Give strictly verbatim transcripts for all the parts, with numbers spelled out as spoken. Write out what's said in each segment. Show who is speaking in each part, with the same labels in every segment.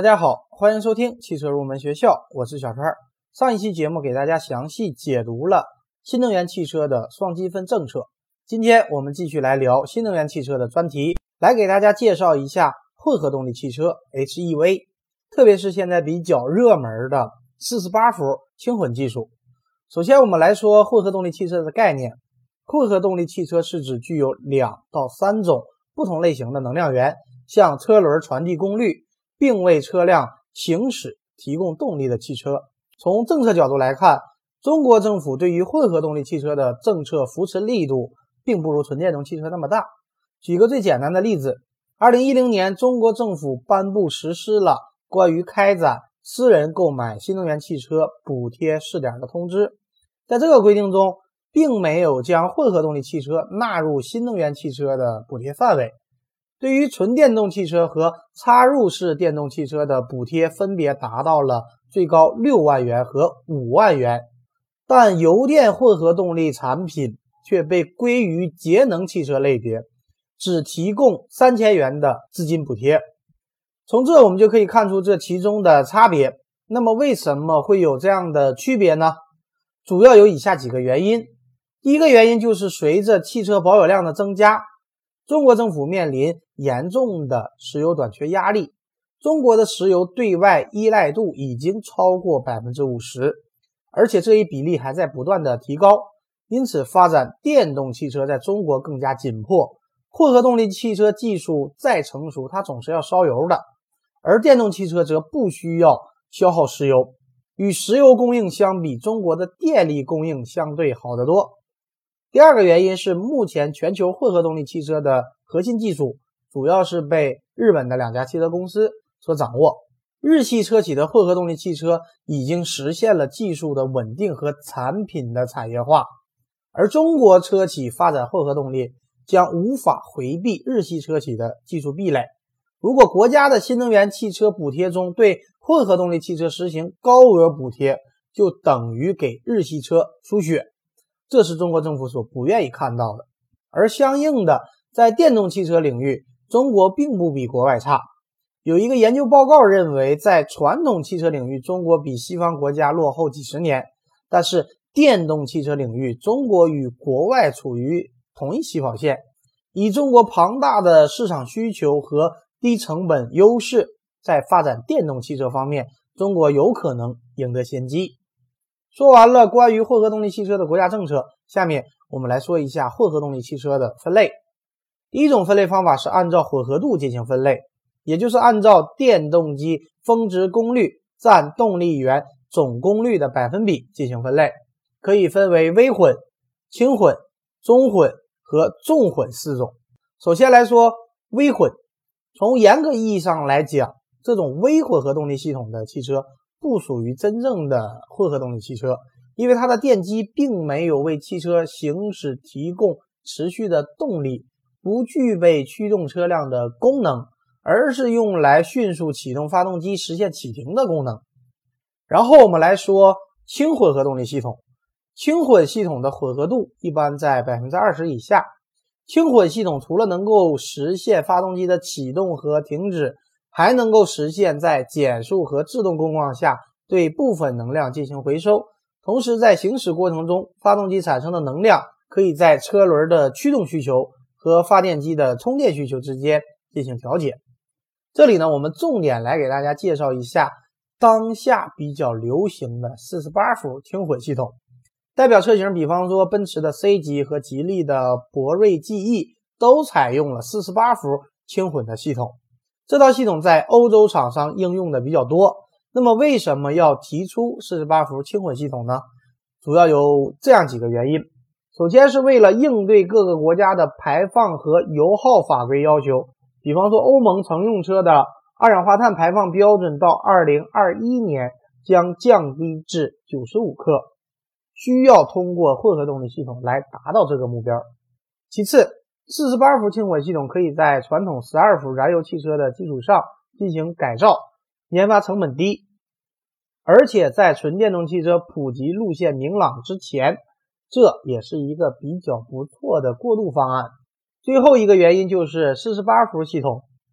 Speaker 1: 大家好，欢迎收听汽车入门学校，我是小川。上一期节目给大家详细解读了新能源汽车的双积分政策，今天我们继续来聊新能源汽车的专题，来给大家介绍一下混合动力汽车 H E V， 特别是现在比较热门的四十八伏轻混技术。首先我们来说混合动力汽车的概念。混合动力汽车是指具有两到三种不同类型的能量源向车轮传递功率，并为车辆行驶提供动力的汽车。从政策角度来看，中国政府对于混合动力汽车的政策扶持力度并不如纯电动汽车那么大。举个最简单的例子，二零一零年中国政府颁布实施了关于开展私人购买新能源汽车补贴试点的通知，在这个规定中并没有将混合动力汽车纳入新能源汽车的补贴范围。对于纯电动汽车和插入式电动汽车的补贴分别达到了最高六万元和五万元，但油电混合动力产品却被归于节能汽车类别，只提供三千元的资金补贴。从这我们就可以看出这其中的差别。那么为什么会有这样的区别呢？主要有以下几个原因。第一个原因就是随着汽车保有量的增加，中国政府面临严重的石油短缺压力，中国的石油对外依赖度已经超过 百分之五十， 而且这一比例还在不断的提高，因此发展电动汽车在中国更加紧迫。混合动力汽车技术再成熟，它总是要烧油的，而电动汽车则不需要消耗石油，与石油供应相比，中国的电力供应相对好得多。第二个原因是目前全球混合动力汽车的核心技术主要是被日本的两家汽车公司所掌握。日系车企的混合动力汽车已经实现了技术的稳定和产品的产业化，而中国车企发展混合动力将无法回避日系车企的技术壁垒。如果国家的新能源汽车补贴中对混合动力汽车实行高额补贴，就等于给日系车输血，这是中国政府所不愿意看到的。而相应的，在电动汽车领域，中国并不比国外差。有一个研究报告认为，在传统汽车领域，中国比西方国家落后几十年，但是电动汽车领域，中国与国外处于同一起跑线。以中国庞大的市场需求和低成本优势，在发展电动汽车方面，中国有可能赢得先机。说完了关于混合动力汽车的国家政策，下面我们来说一下混合动力汽车的分类。第一种分类方法是按照混合度进行分类，也就是按照电动机峰值功率占动力源总功率的百分比进行分类，可以分为微混、轻混、中混和重混四种。首先来说微混，从严格意义上来讲，这种微混合动力系统的汽车不属于真正的混合动力汽车，因为它的电机并没有为汽车行驶提供持续的动力，不具备驱动车辆的功能，而是用来迅速启动发动机实现启停的功能。然后我们来说轻混合动力系统，轻混系统的混合度一般在 百分之二十 以下。轻混系统除了能够实现发动机的启动和停止，还能够实现在减速和制动工况下对部分能量进行回收，同时在行驶过程中，发动机产生的能量可以在车轮的驱动需求和发电机的充电需求之间进行调节。这里呢，我们重点来给大家介绍一下当下比较流行的四十八伏轻混系统。代表车型比方说奔驰的 C 级和吉利的博瑞 G E 都采用了四十八伏轻混的系统。这套系统在欧洲厂商应用的比较多。那么为什么要提出四十八伏轻混系统呢？主要有这样几个原因。首先是为了应对各个国家的排放和油耗法规要求，比方说欧盟乘用车的二氧化碳排放标准到二零二一年将降低至九十五克，需要通过混合动力系统来达到这个目标。其次，四十八伏轻混系统可以在传统十二伏燃油汽车的基础上进行改造，研发成本低，而且在纯电动汽车普及路线明朗之前，这也是一个比较不错的过渡方案。最后一个原因就是四十八伏系统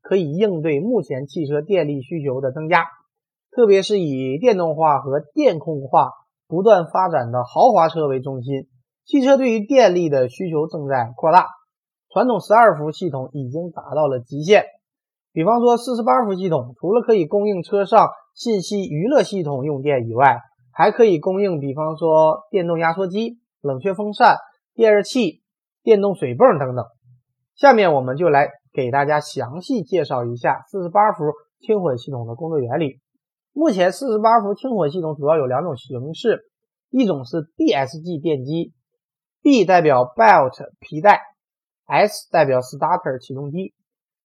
Speaker 1: 可以应对目前汽车电力需求的增加，特别是以电动化和电控化不断发展的豪华车为中心，汽车对于电力的需求正在扩大。传统十二伏系统已经达到了极限，比方说四十八伏系统除了可以供应车上信息娱乐系统用电以外，还可以供应比方说电动压缩机、冷却风扇、电热器、电动水泵等等。下面我们就来给大家详细介绍一下四十八伏轻混系统的工作原理。目前四十八伏轻混系统主要有两种形式，一种是 B S G 电机， B 代表 Belt 皮带， S 代表 Starter 启动机，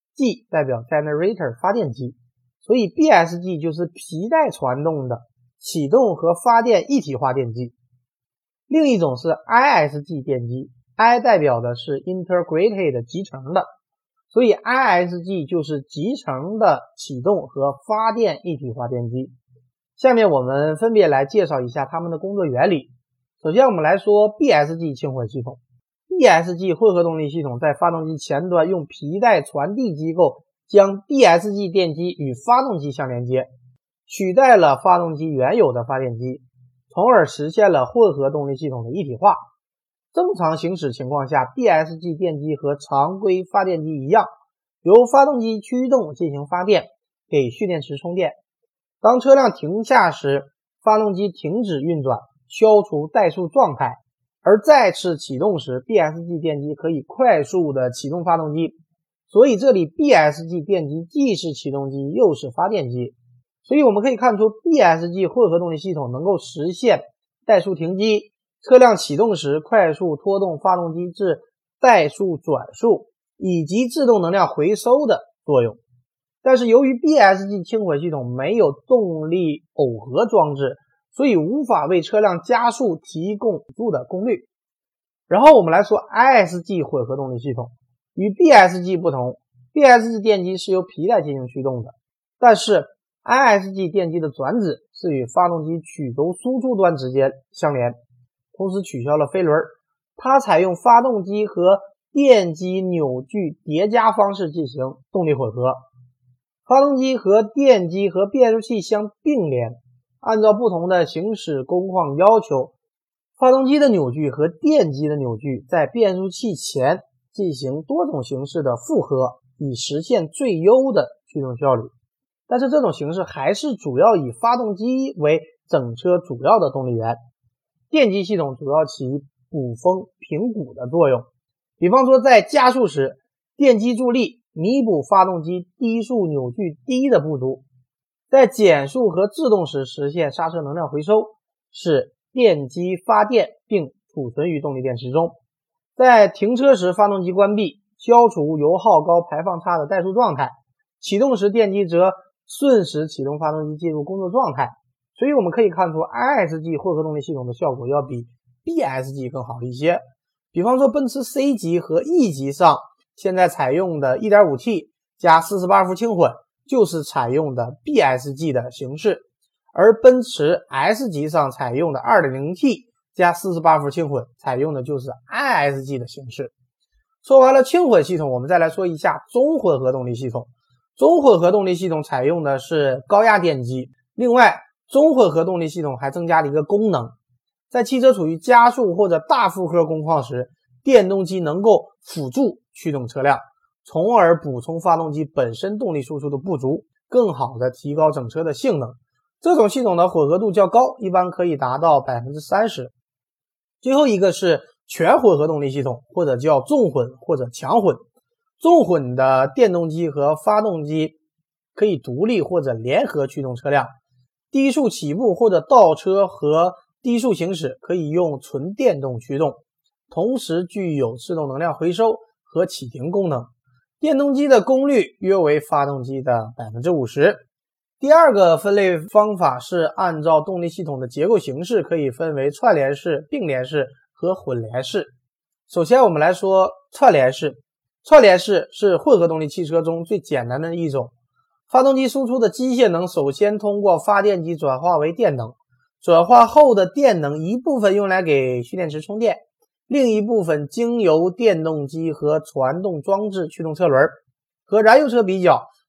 Speaker 1: G 代表 Generator 发电机。所以 B S G 就是皮带传动的启动和发电一体化电机。另一种是 I S G 电机， I 代表的是 Integrated 集成的，所以 I S G 就是集成的启动和发电一体化电机。下面我们分别来介绍一下它们的工作原理。首先我们来说 B S G 轻混系统。 B S G 混合动力系统在发动机前端用皮带传递机构将 B S G 电机与发动机相连接，取代了发动机原有的发电机，从而实现了混合动力系统的一体化。正常行驶情况下， B S G 电机和常规发电机一样，由发动机驱动进行发电，给蓄电池充电。当车辆停下时，发动机停止运转，消除怠速状态，而再次启动时， B S G 电机可以快速的启动发动机。所以这里 B S G 电机既是启动机又是发电机，所以我们可以看出 B S G 混合动力系统能够实现怠速停机，车辆启动时快速拖动发动机至怠速转速，以及自动能量回收的作用。但是由于 B S G 轻混系统没有动力耦合装置，所以无法为车辆加速提供辅助的功率。然后我们来说 I S G 混合动力系统。与 B S G 不同， B S G 电机是由皮带进行驱动的，但是 I S G 电机的转子是与发动机曲轴输出端直接相连，同时取消了飞轮。它采用发动机和电机扭矩叠加方式进行动力混合，发动机和电机和变速器相并联，按照不同的行驶工况要求，发动机的扭矩和电机的扭矩在变速器前进行多种形式的复合，以实现最优的驱动效率。但是这种形式还是主要以发动机为整车主要的动力源，电机系统主要起补风平鼓的作用。比方说在加速时，电机助力弥补发动机低速扭矩低的不足，在减速和制动时实现刹车能量回收，使电机发电并储存于动力电池中。在停车时，发动机关闭，消除油耗高排放差的怠速状态，启动时电机则瞬时启动发动机进入工作状态。所以我们可以看出 I S G 混合动力系统的效果要比 B S G 更好一些。比方说奔驰 C 级和 E 级上现在采用的 一点五 T 加四十八伏轻混就是采用的 B S G 的形式，而奔驰 S 级上采用的 二点零 T 加四十八伏轻混采用的就是 I S G 的形式。说完了轻混系统，我们再来说一下中混合动力系统。中混合动力系统采用的是高压电机，另外中混合动力系统还增加了一个功能，在汽车处于加速或者大负荷工况时，电动机能够辅助驱动车辆，从而补充发动机本身动力输出的不足，更好的提高整车的性能。这种系统的混合度较高，一般可以达到 百分之三十。最后一个是全混合动力系统，或者叫重混或者强混。重混的电动机和发动机可以独立或者联合驱动车辆，低速起步或者倒车和低速行驶可以用纯电动驱动，同时具有自动能量回收和启停功能。电动机的功率约为发动机的 百分之五十。 第二个分类方法是按照动力系统的结构形式，可以分为串联式、并联式和混联式。首先我们来说串联式。串联式是混合动力汽车中最简单的一种，发动机输出的机械能首先通过发电机转化为电能，转化后的电能一部分用来给蓄电池充电，另一部分经由电动机和传动装置驱动车轮。和燃油车比较，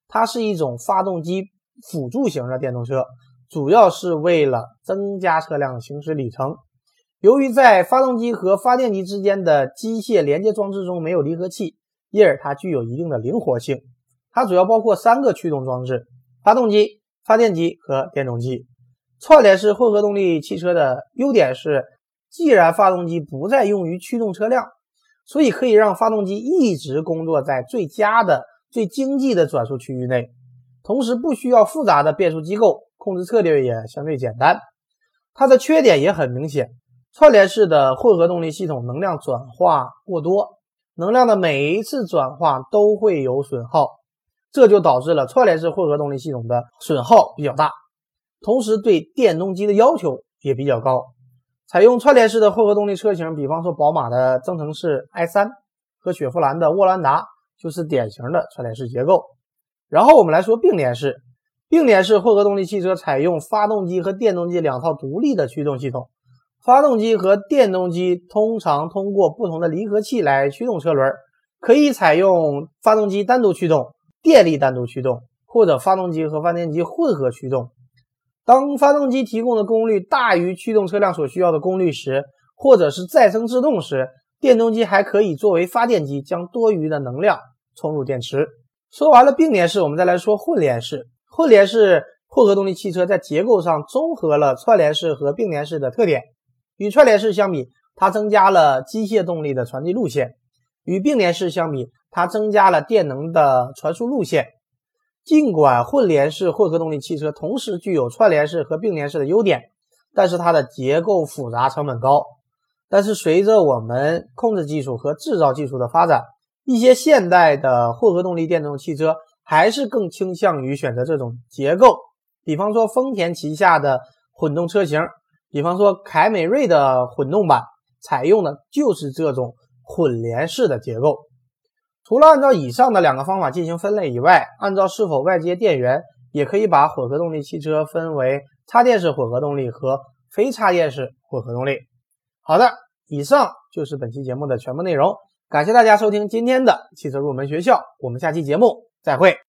Speaker 1: 它是一种发动机辅助型的电动车，主要是为了增加车辆的行驶里程。由于在发动机和发电机之间的机械连接装置中没有离合器，因而它具有一定的灵活性。它主要包括三个驱动装置：发动机、发电机和电动机。串联式混合动力汽车的优点是，既然发动机不再用于驱动车辆，所以可以让发动机一直工作在最佳的、最经济的转速区域内，同时不需要复杂的变速机构，控制策略也相对简单。它的缺点也很明显，串联式的混合动力系统能量转化过多，能量的每一次转化都会有损耗，这就导致了串联式混合动力系统的损耗比较大，同时对电动机的要求也比较高。采用串联式的混合动力车型，比方说宝马的增程式 i 三 和雪佛兰的沃兰达就是典型的串联式结构。然后我们来说并联式。并联式混合动力汽车采用发动机和电动机两套独立的驱动系统，发动机和电动机通常通过不同的离合器来驱动车轮，可以采用发动机单独驱动、电力单独驱动，或者发动机和发电机混合驱动。当发动机提供的功率大于驱动车辆所需要的功率时，或者是再生制动时，电动机还可以作为发电机将多余的能量充入电池。说完了并联式，我们再来说混联式。混联式混合动力汽车在结构上综合了串联式和并联式的特点。与串联式相比，它增加了机械动力的传递路线；与并联式相比，它增加了电能的传输路线。尽管混联式混合动力汽车同时具有串联式和并联式的优点，但是它的结构复杂，成本高。但是随着我们控制技术和制造技术的发展，一些现代的混合动力电动汽车还是更倾向于选择这种结构。比方说丰田旗下的混动车型，比方说凯美瑞的混动版，采用的就是这种混联式的结构。除了按照以上的两个方法进行分类以外，按照是否外接电源，也可以把混合动力汽车分为插电式混合动力和非插电式混合动力。好的，以上就是本期节目的全部内容，感谢大家收听今天的汽车入门学校，我们下期节目再会。